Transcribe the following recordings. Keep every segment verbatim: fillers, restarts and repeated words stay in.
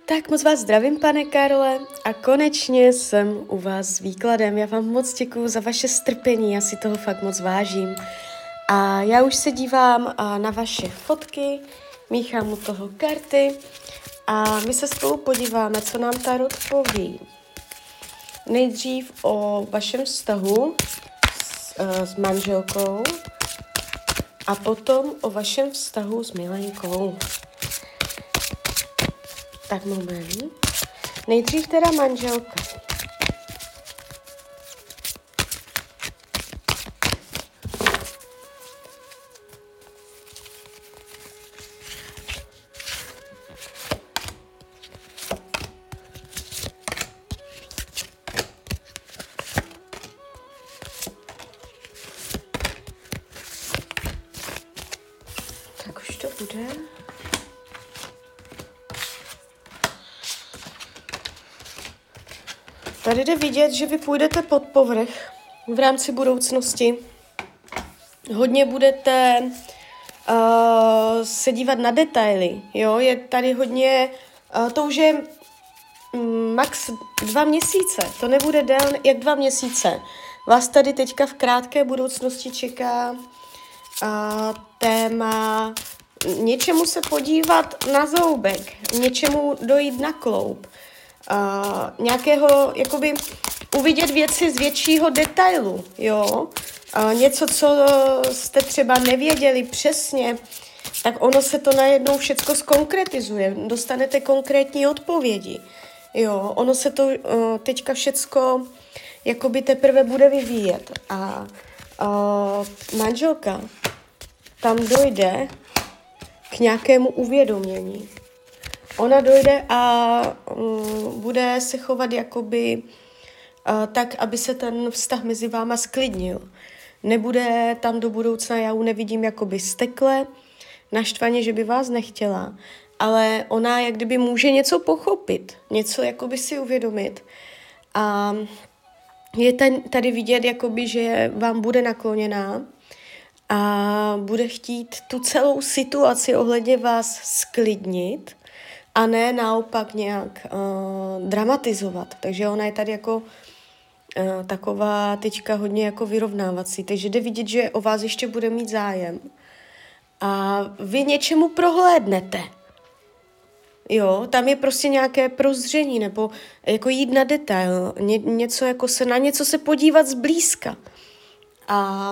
Tak moc vás zdravím, pane Karle, a konečně jsem u vás s výkladem. Já vám moc děkuju za vaše strpení, já si toho fakt moc vážím. A já už se dívám na vaše fotky, míchám u toho karty a my se spolu podíváme, co nám tarot poví. Nejdřív o vašem vztahu s, s manželkou a potom o vašem vztahu s milenkou. Tak moment. Nejdřív teda manželka. Tak už to bude. Tady jde vidět, že vy půjdete pod povrch v rámci budoucnosti. Hodně budete uh, se dívat na detaily. Jo? Je tady hodně, uh, to už je um, max dva měsíce. To nebude déle jak dva měsíce. Vás tady teďka v krátké budoucnosti čeká uh, téma něčemu se podívat na zoubek, něčemu dojít na kloub. Uh, nějakého, jakoby, uvidět věci z většího detailu, jo. Uh, něco, co jste třeba nevěděli přesně, tak ono se to najednou všecko zkonkretizuje. Dostanete konkrétní odpovědi, jo. Ono se to uh, teďka všecko jakoby teprve bude vyvíjet. A uh, manželka tam dojde k nějakému uvědomění. Ona dojde a um, bude se chovat jakoby uh, tak, aby se ten vztah mezi váma sklidnil. Nebude tam do budoucna, já ji nevidím jakoby stekle, naštvaně, že by vás nechtěla, ale ona jak kdyby může něco pochopit, něco jakoby si uvědomit. A je ten, tady vidět, jakoby, že vám bude nakloněná a bude chtít tu celou situaci ohledně vás sklidnit, a ne naopak nějak uh, dramatizovat. Takže ona je tady jako uh, taková teďka hodně jako vyrovnávací. Takže jde vidět, že o vás ještě bude mít zájem. A vy něčemu prohlédnete. Jo, tam je prostě nějaké prozření, nebo jako jít na detail, ně, něco jako se na něco se podívat zblízka. A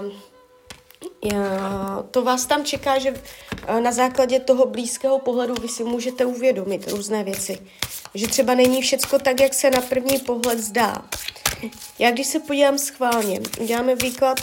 Já, to vás tam čeká, že na základě toho blízkého pohledu vy si můžete uvědomit různé věci. Že třeba není všecko tak, jak se na první pohled zdá. Já když se podívám schválně, děláme výklad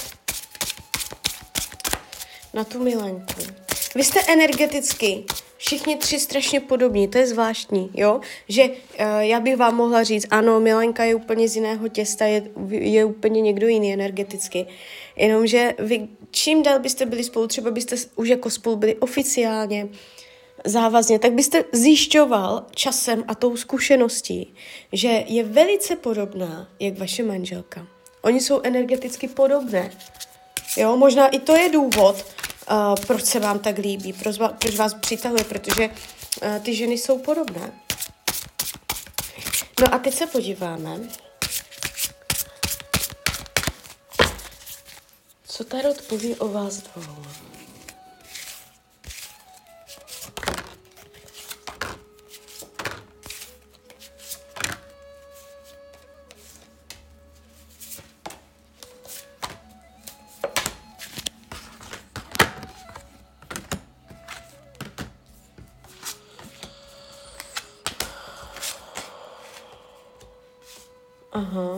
na tu milenku. Vy jste energeticky všichni tři strašně podobní, to je zvláštní, jo? Že uh, já bych vám mohla říct, ano, milenka je úplně z jiného těsta, je, je úplně někdo jiný energeticky. Jenomže vy čím dál byste byli spolu, třeba byste už jako spolu byli oficiálně, závazně, tak byste zjišťoval časem a tou zkušeností, že je velice podobná, jak vaše manželka. Oni jsou energeticky podobné. Jo, možná i to je důvod, uh, proč se vám tak líbí, proč vás, proč vás přitahuje, protože uh, ty ženy jsou podobné. No a teď se podíváme, co tarot poví o vás dvou. Aha.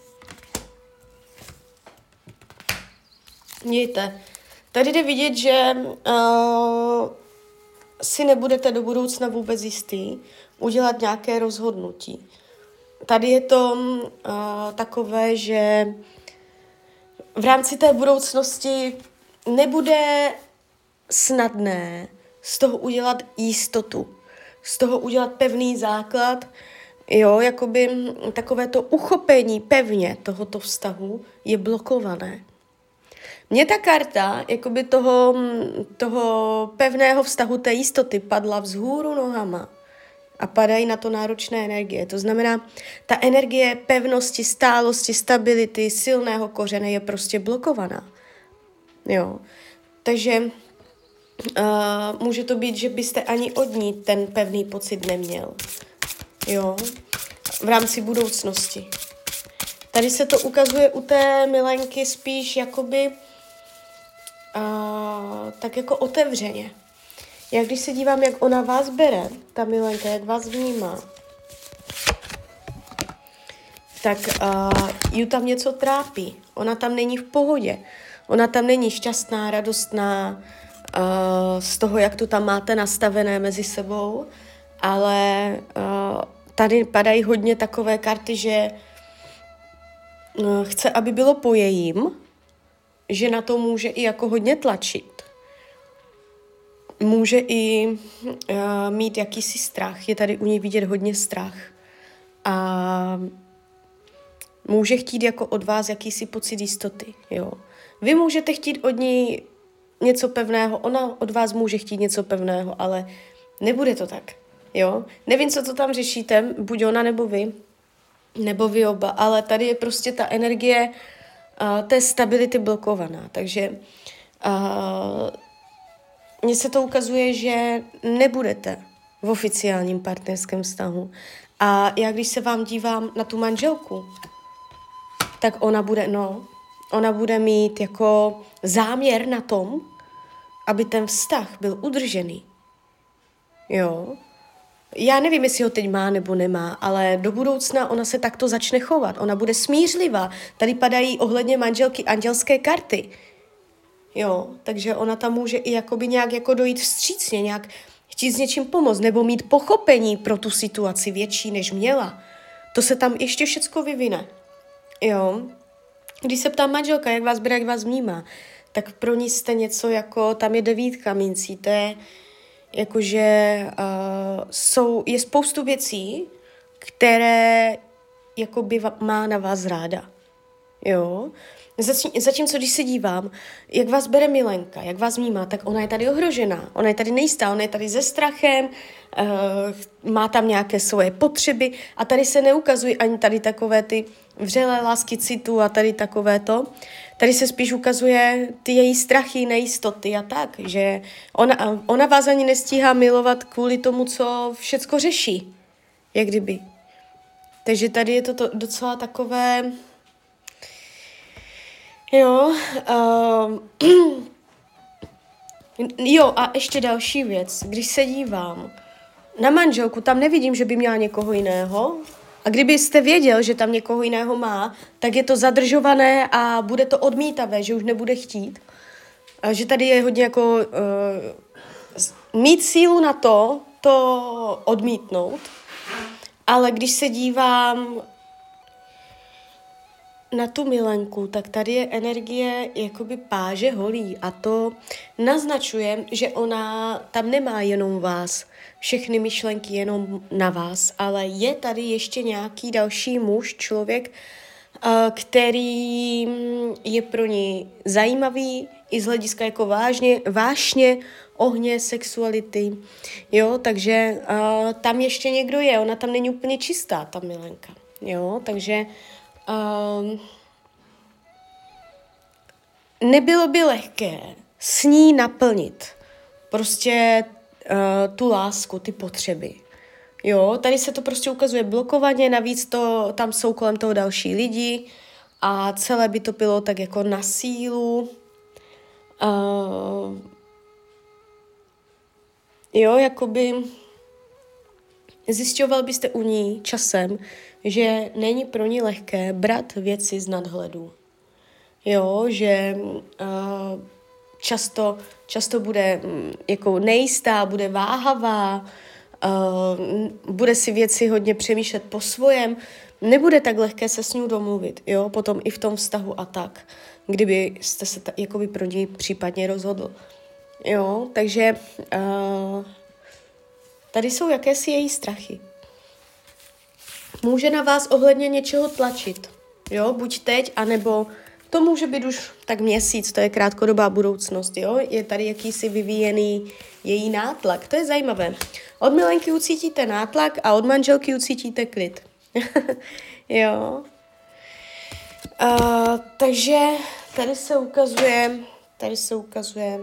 Mějte. Tady jde vidět, že uh, si nebudete do budoucna vůbec jistý udělat nějaké rozhodnutí. Tady je to uh, takové, že v rámci té budoucnosti nebude snadné z toho udělat jistotu, z toho udělat pevný základ, jo, jakoby takové to uchopení pevně tohoto vztahu je blokované. Mně ta karta jakoby toho, toho pevného vztahu, té jistoty padla vzhůru nohama. a padají na to náročné energie. To znamená, ta energie pevnosti, stálosti, stability, silného kořene je prostě blokovaná. Jo. Takže uh, může to být, že byste ani od ní ten pevný pocit neměl. Jo. V rámci budoucnosti. Tady se to ukazuje u té milenky spíš jakoby uh, tak jako otevřeně. Já když se dívám, jak ona vás bere, ta milenka, jak vás vnímá, tak uh, ju tam něco trápí. Ona tam není v pohodě. Ona tam není šťastná, radostná uh, z toho, jak to tam máte nastavené mezi sebou, ale uh, tady padají hodně takové karty, že uh, chce, aby bylo po jejím, že na to může i jako hodně tlačit. Může i uh, mít jakýsi strach. Je tady u ní vidět hodně strach. A může chtít jako od vás jakýsi pocit jistoty. Jo. Vy můžete chtít od ní něco pevného, ona od vás může chtít něco pevného, ale nebude to tak. Jo. Nevím, co to tam řešíte, buď ona nebo vy, nebo vy oba, ale tady je prostě ta energie uh, té stability blokovaná. Takže uh, mně se to ukazuje, že nebudete v oficiálním partnerském vztahu. A já, když se vám dívám na tu manželku, tak ona bude, no, ona bude mít jako záměr na tom, aby ten vztah byl udržený. Jo. Já nevím, jestli ho teď má nebo nemá, ale do budoucna ona se takto začne chovat. Ona bude smířlivá. Tady padají ohledně manželky andělské karty. Jo, takže ona tam může i jakoby nějak jako dojít vstřícně, nějak chtít s něčím pomoct, nebo mít pochopení pro tu situaci větší, než měla. To se tam ještě všecko vyvine. Jo. Když se ptám manželka, jak vás bere, jak vás vnímá, tak pro ní jste něco jako, tam je devítka mincí, to je jakože uh, jsou, je spoustu věcí, které jakoby má na vás ráda. Jo. Zatímco, když se dívám, jak vás bere milenka, jak vás vnímá, tak ona je tady ohrožená, ona je tady nejistá, ona je tady se strachem, uh, má tam nějaké svoje potřeby a tady se neukazují ani tady takové ty vřelé lásky citu a tady takové to. Tady se spíš ukazuje ty její strachy, nejistoty a tak, že ona, ona vás ani nestíhá milovat kvůli tomu, co všecko řeší, jak kdyby. Takže tady je to, to docela takové... Jo, uh, jo a ještě další věc, když se dívám na manželku, tam nevidím, že by měla někoho jiného a kdybyste věděl, že tam někoho jiného má, tak je to zadržované a bude to odmítavé, že už nebude chtít, a že tady je hodně jako uh, mít sílu na to, to odmítnout, ale když se dívám na tu milenku, tak tady je energie jakoby páže holí a to naznačuje, že ona tam nemá jenom vás, všechny myšlenky jenom na vás, ale je tady ještě nějaký další muž, člověk, který je pro ní zajímavý i z hlediska jako vážně, vášně, ohně, sexuality, jo, takže uh, tam ještě někdo je, ona tam není úplně čistá, ta milenka, jo, takže Um, nebylo by lehké s ní naplnit prostě uh, tu lásku, ty potřeby. Jo, tady se to prostě ukazuje blokovaně, navíc to, tam jsou kolem toho další lidi a celé by to bylo tak jako na sílu. Uh, jo, jakoby zjišťoval byste u ní časem, že není pro ní lehké brát věci z nadhledu. Jo, že uh, často, často bude um, jako nejistá, bude váhavá, uh, bude si věci hodně přemýšlet po svojem, nebude tak lehké se s ní domluvit, jo, potom i v tom vztahu a tak, kdyby jste se ta, jakoby pro ní případně rozhodl. Jo, takže uh, tady jsou jakési její strachy. Může na vás ohledně něčeho tlačit, jo, buď teď, anebo To může být už tak měsíc, to je krátkodobá budoucnost, jo? Je tady jakýsi vyvíjený její nátlak, to je zajímavé. Od milenky ucítíte nátlak a od manželky ucítíte klid. Jo. Uh, takže tady se ukazuje, tady se ukazuje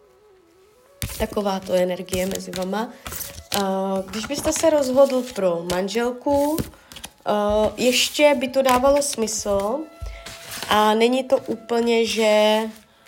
takováto energie mezi vama. Uh, když byste se rozhodl pro manželku, uh, ještě by to dávalo smysl a není to úplně, že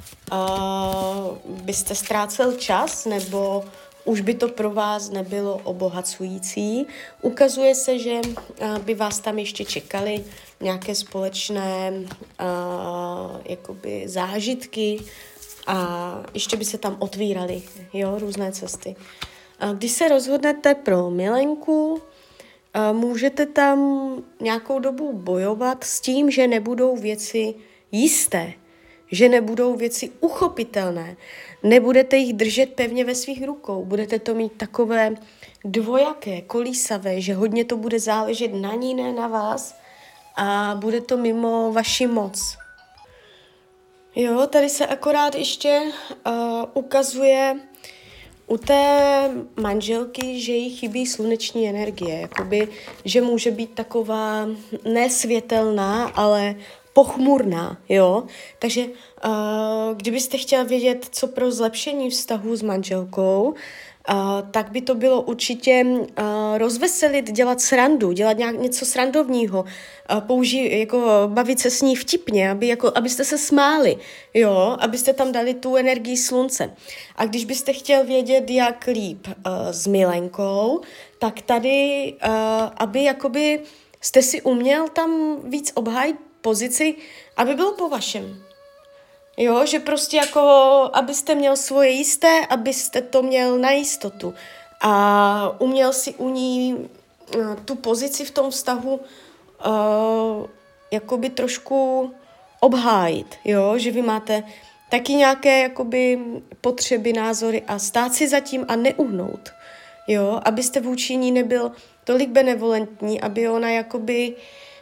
uh, byste ztrácel čas nebo už by to pro vás nebylo obohacující. Ukazuje se, že uh, by vás tam ještě čekaly nějaké společné uh, jakoby zážitky a ještě by se tam otvíraly, jo, různé cesty. A když se rozhodnete pro milenku, uh, můžete tam nějakou dobu bojovat s tím, že nebudou věci jisté, že nebudou věci uchopitelné, nebudete jich držet pevně ve svých rukou, budete to mít takové dvojaké, kolísavé, že hodně to bude záležet na ní, ne na vás a bude to mimo vaši moc. Jo, tady se akorát ještě uh, ukazuje u té manželky, že jí chybí sluneční energie, jakoby, že může být taková nesvětelná, ale pochmurná, jo. Takže uh, kdybyste chtěla vědět, co pro zlepšení vztahu s manželkou, Uh, tak by to bylo určitě uh, rozveselit, dělat srandu, dělat nějak něco srandovního, uh, použít, jako bavit se s ní vtipně, aby, jako, abyste se smáli, jo, abyste tam dali tu energii slunce. A když byste chtěl vědět, jak líp uh, s milenkou, tak tady, uh, aby jakoby jste si uměl tam víc obhájit pozici, aby bylo po vašem. Jo, že prostě jako, abyste měl svoje jisté, abyste to měl na jistotu. A uměl si u ní uh, tu pozici v tom vztahu uh, jakoby trošku obhájit, jo, že vy máte taky nějaké jakoby potřeby, názory a stát si zatím a neuhnout, jo, abyste vůči ní nebyl tolik benevolentní, aby ona jakoby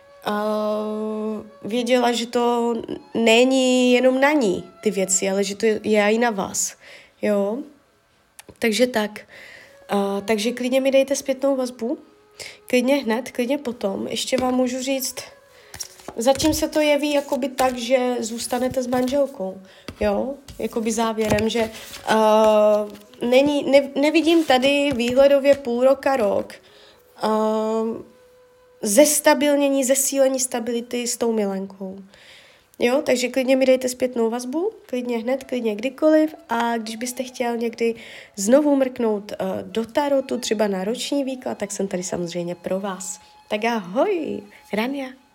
Uh, věděla, že to není jenom na ní ty věci, ale že to je i na vás, jo. Takže tak. Uh, takže klidně mi dejte zpětnou vazbu, klidně hned, klidně potom. Ještě vám můžu říct, zatím se to jeví jakoby tak, že zůstanete s manželkou, jo, jakoby závěrem, že uh, není, ne, nevidím tady výhledově půl roka, rok, uh, zestabilnění, zesílení stability s tou milenkou. Jo, takže klidně mi dejte zpětnou vazbu, klidně hned, klidně kdykoliv a když byste chtěl někdy znovu mrknout uh, do tarotu, třeba na roční výklad, tak jsem tady samozřejmě pro vás. Tak ahoj, Rania.